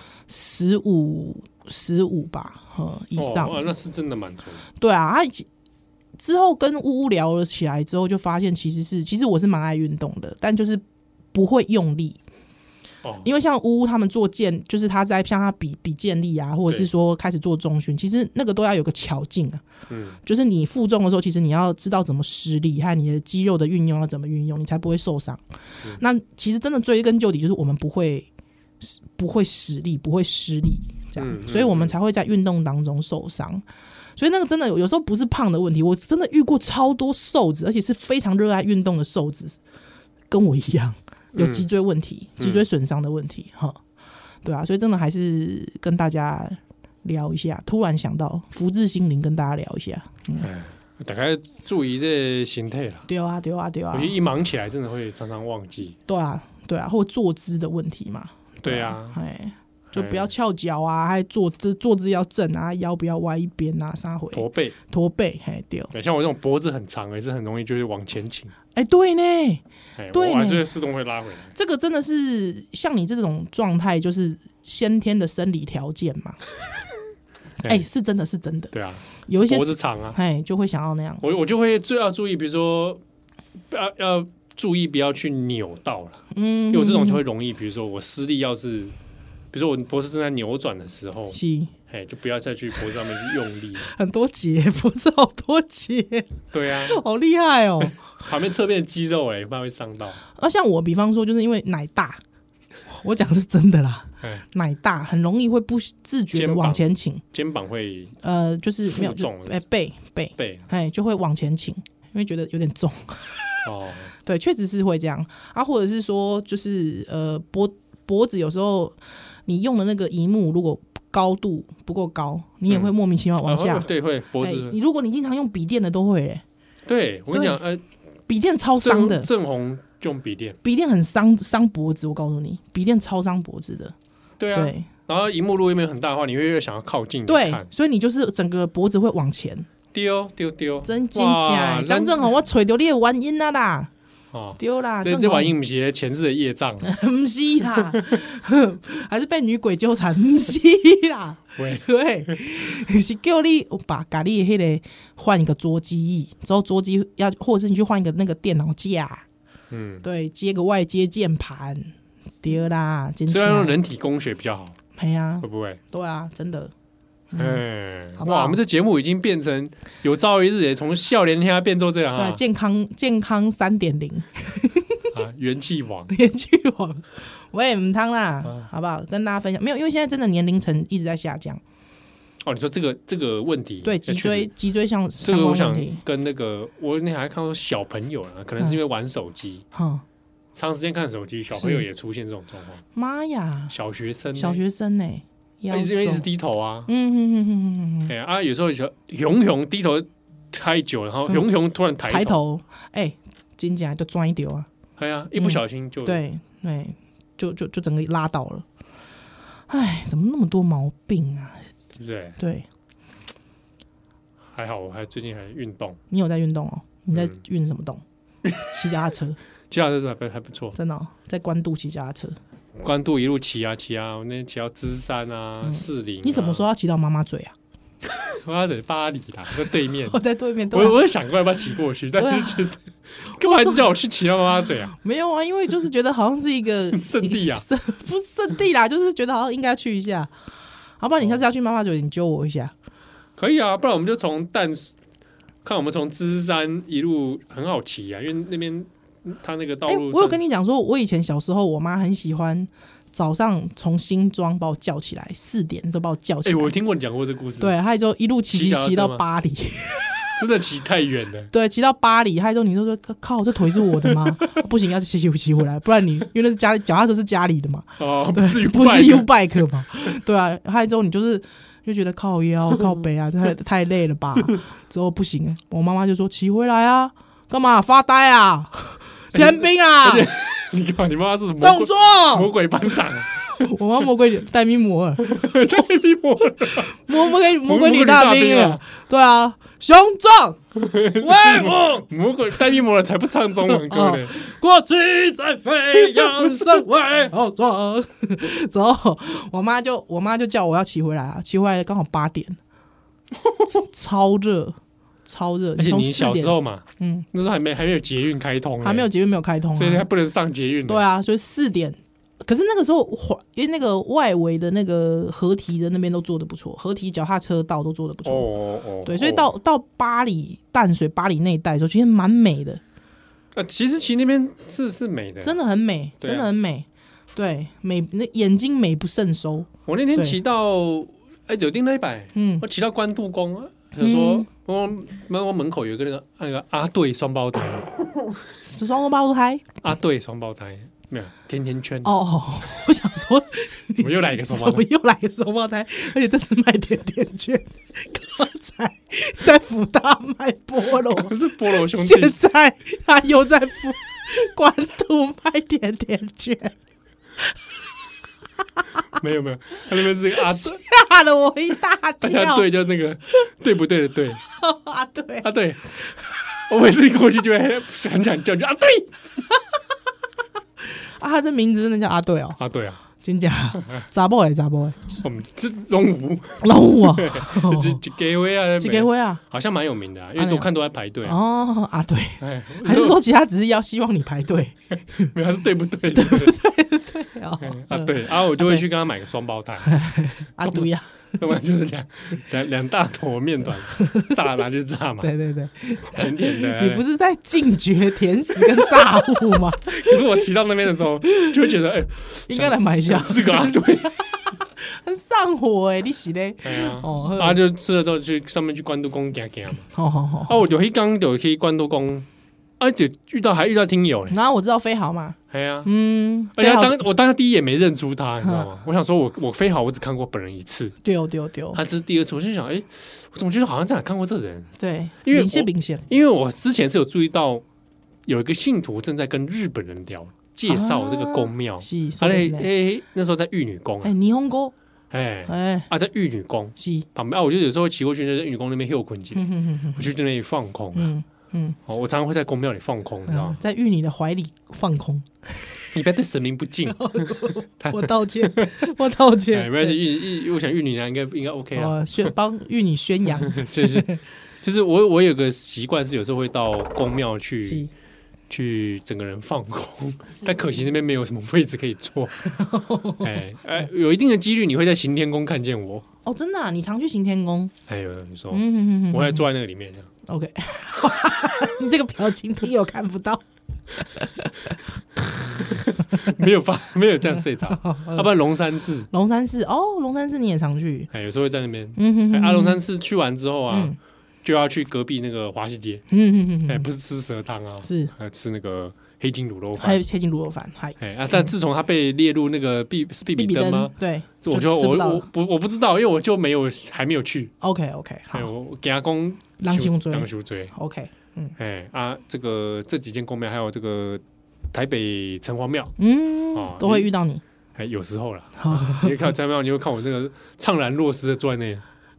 15吧，以上。 那是真的蛮重。 对啊，之后跟呜呜聊了起来之后，就发现其实我是蛮爱运动的，但就是不会用力。因为像呜呜他们做就是他在像他比健力啊，或者是说开始做重训，其实那个都要有个巧劲啊。就是你负重的时候，其实你要知道怎么施力，还有你的肌肉的运用要怎么运用，你才不会受伤。那其实真的追根究底，就是我们不会使力，不会施力。这样，所以我们才会在运动当中受伤。所以那个真的有时候不是胖的问题，我真的遇过超多瘦子，而且是非常热爱运动的瘦子，跟我一样有脊椎问题、脊椎损伤的问题。对啊，所以真的还是跟大家聊一下。突然想到，福至心灵跟大家聊一下。 大概注意这形态啦。 对啊。 我觉得一忙起来，真的会常常忘记。 对啊，或坐姿的问题嘛。 对啊， 就不要翘脚啊，还坐姿要正啊，腰不要歪一边啊，啥回驼背，对。 像我这种脖子很长，也是很容易就是往前倾。 对呢，对， 我还是自动会拉回来。 这个真的是像你这种状态，就是先天的生理条件嘛。是真的。 对啊， 有一些脖子长啊， 就会想要那样。 我就会最要注意，比如说要注意不要去扭到了，因为我这种就会容易，比如说我施力要是。比如说我脖子正在扭转的时候，就不要再去脖子上面去用力， 很多节，脖子好多节， 对啊， 好厉害哦， 旁边侧边的肌肉怕会伤到。 像我比方说就是因为奶大，我讲是真的啦，奶大很容易会不自觉的往前倾， 肩膀会就是没有重，背就会往前倾，因为觉得有点重。对，确实是会这样啊，或者是说就是脖子有时候你用的那个萤幕如果高度不够高，你也会莫名其妙往下。 对，会脖子。 如果你经常用笔电的都会。 对，我跟你讲， 笔电超伤的。 正红用笔电很伤脖子，我告诉你，笔电超伤脖子的。 对啊。对。然后萤幕如果没有很大的话，你会越想要靠近。 对，所以你就是整个脖子会往前。 丢， 真假？张正宏，我吹到你的原因啦。 哦， 丢啦， 这玩意不是前世的业障， 不是啦，还是被女鬼纠缠，不是啦，对，是叫你把家里的那个换一个桌机翼，之后桌机要，或者是你去换一个那个电脑架，对，接个外接键盘，对啦， 虽然用人体工学比较好， 对啊， 会不会？ 对啊，真的。 哇！我们这节目已经变成有朝一日也从笑脸天变做这样啊！ 对，健康3.0 啊，元气王， 我也唔汤啦，好不好？跟大家分享，没有，因为现在真的年龄层一直在下降。 哦，你说这个问题， 对，脊椎相这个，我想问题跟那个我那还看到小朋友啊，可能是因为玩手机，长时间看手机，小朋友也出现这种状况。 妈呀！ 小学生呢？ 因为一直低头啊，哎啊，有时候就熊低头太久了，然后熊突然抬头， 哎，真正就转掉啊！ 哎呀，一不小心就对，就整个拉倒了。哎，怎么那么多毛病啊？ 对不对？ 对， 还好，我最近还运动。 你有在运动哦？你在运什么动？骑脚踏车， 骑脚踏车还不错， 真的在关渡骑脚踏车。 关渡一路骑啊，我那天骑到芝山啊、士林。 你什么时候要骑到妈妈嘴啊？ 妈妈嘴巴黎啦，在对面。 我在对面。 我有想过要不要骑过去，但是觉得干嘛还是叫我去骑到妈妈嘴啊？ 没有啊，因为就是觉得好像是一个圣地啊， 不是圣地啦，就是觉得好像应该去一下。好，不然你下次要去妈妈嘴，你揪我一下。 可以啊，不然我们就从看我们从芝山一路很好骑啊，因为那边。他那个道路， 我有跟你讲说，我以前小时候，我妈很喜欢早上从新庄把我叫起来，4点就把我叫起来。 我听过你讲过这故事。 对，还有就一路骑到巴黎， 真的骑太远了。 对，骑到巴黎，还有你说靠，这腿是我的吗？不行，要骑回来，不然你因为那是脚踏车是家里的嘛。 哦，不是 U-bike 嘛？对啊，还有之后你就觉得靠腰靠背啊，太累了吧？之后不行，我妈妈就说骑回来啊，干嘛发呆啊？天兵啊！ 你干嘛？你妈妈是什么动作？ 魔鬼班长？ 我妈魔鬼戴咪摩尔，魔鬼女大兵啊！对啊，雄壮威武， 魔鬼戴咪摩尔才不唱中文歌呢。 国旗在飞扬，身为豪壮。之后我妈就叫我要骑回来啊，骑回来刚好8点，超热。 而且你小时候嘛，那时候还没有捷运开通， 还没有捷运没有开通， 所以还不能上捷运。 对啊，所以4点。可是那个时候，因为那个外围的那个河堤的那边都做的不错，河堤脚踏车道都做的不错。对，所以到巴黎淡水巴黎那一带的时候，其实蛮美的。 其实那边是美的， 真的很美，真的很美。对，美那眼睛美不胜收。 我那天骑到柳丁那一摆，我骑到关渡宫。就说我门口有一个那个阿对双胞胎， 是双胞胎？ 阿对双胞胎没有甜甜圈哦。我想说， 怎么又来一个双胞胎？ 怎么又来一个双胞胎？而且这次卖甜甜圈，刚才在福大卖菠萝， 是菠萝兄弟。 现在他又在关渡卖甜甜圈。 没有，他那边是个阿对， 吓了我一大跳。 他对就那个对不对的对， 阿对， 我每次一过去就会很想叫，就阿对。 他这名字真的叫阿对哦， 阿对啊， 真假？查某的， 我们这龙武啊， 几个会啊，好像蛮有名的，因为都看都在排队哦。阿对，还是说其他只是要希望你排队？ 没有，他是对不对？ 对对啊，我就会去跟他买个双胞胎。 阿对呀， 要不然就是两大坨面团，炸拿去炸嘛。 对， 甜甜的。 你不是在禁绝甜食跟炸物吗？ 可是我骑到那边的时候，就会觉得应该来买一下。 是个阿对， 很上火你是嘞？ 啊，就吃了之后去上面去关渡宫走嘛。 好。 我就刚就去关渡宫，就还遇到听友嘞。 然后我知道飞豪嘛。 哎呀，而且我当时第一眼没认出他，你知道吗？我想说我飞豪我只看过本人一次， 丢， 他这是第2次，我就想，我怎么觉得好像在哪看过这人？ 对， 因为明显， 因为我之前是有注意到有一个信徒正在跟日本人介绍这个宫庙，那时候在玉女宫， 霓虹宫， 在玉女宫旁边我就有时候骑过去，在玉女宫那边休困节，我就在那里放空。 我常常会在公庙里放空，你知道吗？ 在玉女的怀里放空。 你不要对神明不敬。 我道歉，我道歉。 没关系，我想玉女应该 OK 啦。 帮玉女宣扬。 就是我有个习惯是有时候会到公庙去整个人放空，但可惜那边没有什么位置可以坐。有一定的几率你会在行天宫看见我。 哦，真的啊？你常去行天宫？ 你说，我会坐在那个里面这样。 OK， 你这个表情听友看不到。 没有这样睡着，要不然龙山寺你也常去？ 有时候会在那边。龙山寺去完之后啊，就要去隔壁那个华西街。不是吃蛇汤啊，是吃那个黑金卤肉饭， 还有黑金卤肉饭。 但自从它被列入那个必比登吗？ 对， 我不知道，因为我就还没有去。 OK， 好， 我给他公狼胸椎。OK。这几间宫庙还有这个台北城隍庙， 都会遇到你。 有时候啦，你会看城隍庙，你会看我这个怅然若失的坐在那。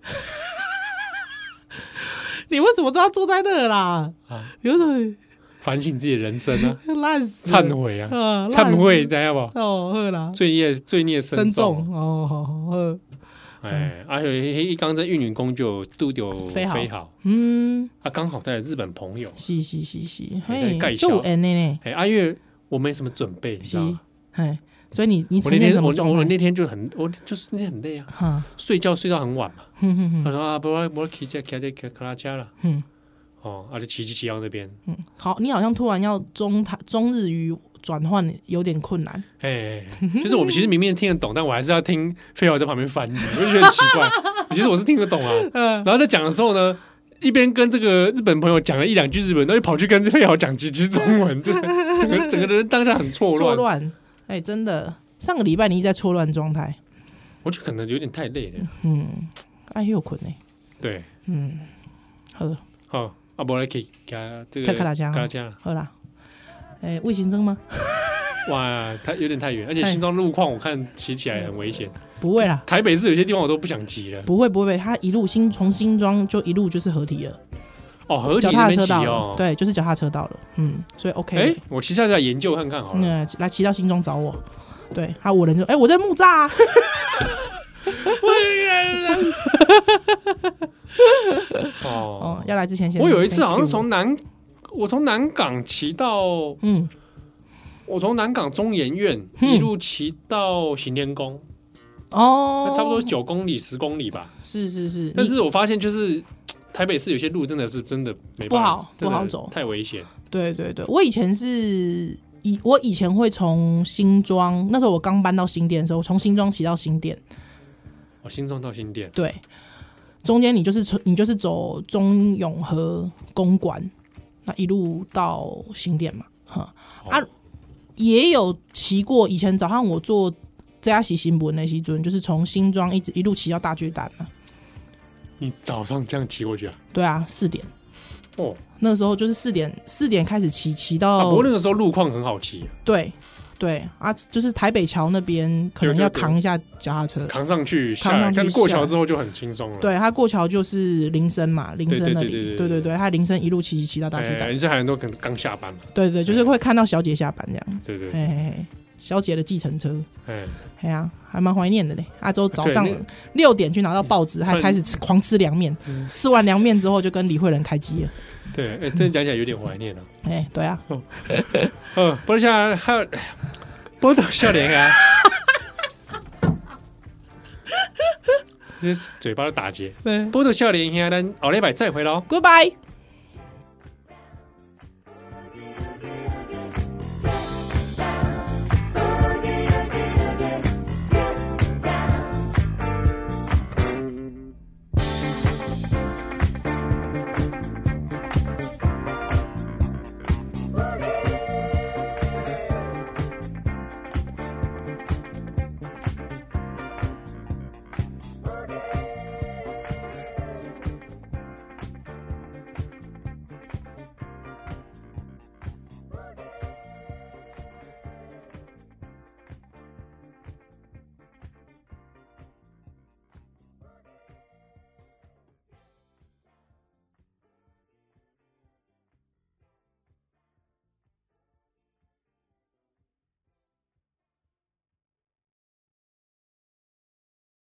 你为什么都要坐在那啦？有种反省自己的人生啊， 烂死， 忏悔啊，忏悔，知道不？ 好啦， 罪孽深重。 好。 一刚在玉女宫就都有飞好，刚好带日本朋友， 是， 盖笑呢， 因为我没什么准备，你知道吗？ 所以你呈现什么状态？ 我那天就就是那天很累啊，睡觉睡到很晚嘛。他说不骑在卡拉加了，就骑到那边。 好，你好像突然要中日语转换有点困难。 就是我们其实明明听得懂，但我还是要听飞豪在旁边翻译，我就觉得很奇怪。其实我是听得懂啊，然后在讲的时候呢，一边跟这个日本朋友讲了一两句日文，然后就跑去跟飞豪讲几句中文，就整个人当下很错乱。 真的，上个礼拜你一直在错乱状态， 我觉得可能有点太累了。 又困呢。 对，好，不然可以给这个卡拉江，好啦。卫星灯吗？ 哇，它有点太远，而且新庄路况我看骑起来很危险。 不会啦， 台北市有些地方我都不想骑了。 不会，它一路从新庄就一路就是合体了。 合体那边骑哦， 对，就是脚踏车道了。所以 OK。 我骑下来研究看看好了。 来骑到新庄找我。对，我人就我在木栅。要来之前先。 我有一次好像从南港骑到我从南港中研院一路骑到行天宫。那差不多9公里10公里吧。是。但是我发现就是台北市有些路真的没办法， 不好走， 太危险。对， 我以前会从新庄，那时候我刚搬到新店的时候，从新庄骑到新店。 新庄到新店。对， 中间你就是走中永和公馆，那一路到新店嘛。也有骑过，以前早上我坐嘉义新闻的时候，就是从新庄一路骑到大巨蛋嘛。 你早上这样骑过去啊？ 对啊，4点。那个时候就是4点开始骑到。 不过那个时候路况很好骑。 对就是台北桥那边可能要扛一下脚踏车， 扛上去，但过桥之后就很轻松了。 对，他过桥就是林森嘛，林森那里，对，他林森一路骑到大巨蛋。 林森还有很多可能刚下班嘛。 对，就是会看到小姐下班这样。 对， 小姐的计程车。还蛮怀念的嘞。周早上6点去拿到报纸，还开始狂吃凉面，吃完凉面之后就跟李慧仁开机了。 对，真的讲起来有点怀念了。 对啊。 不然还有波多笑脸啊，这嘴巴都打结。波多笑脸，咱后礼拜再会喽。 Goodbye。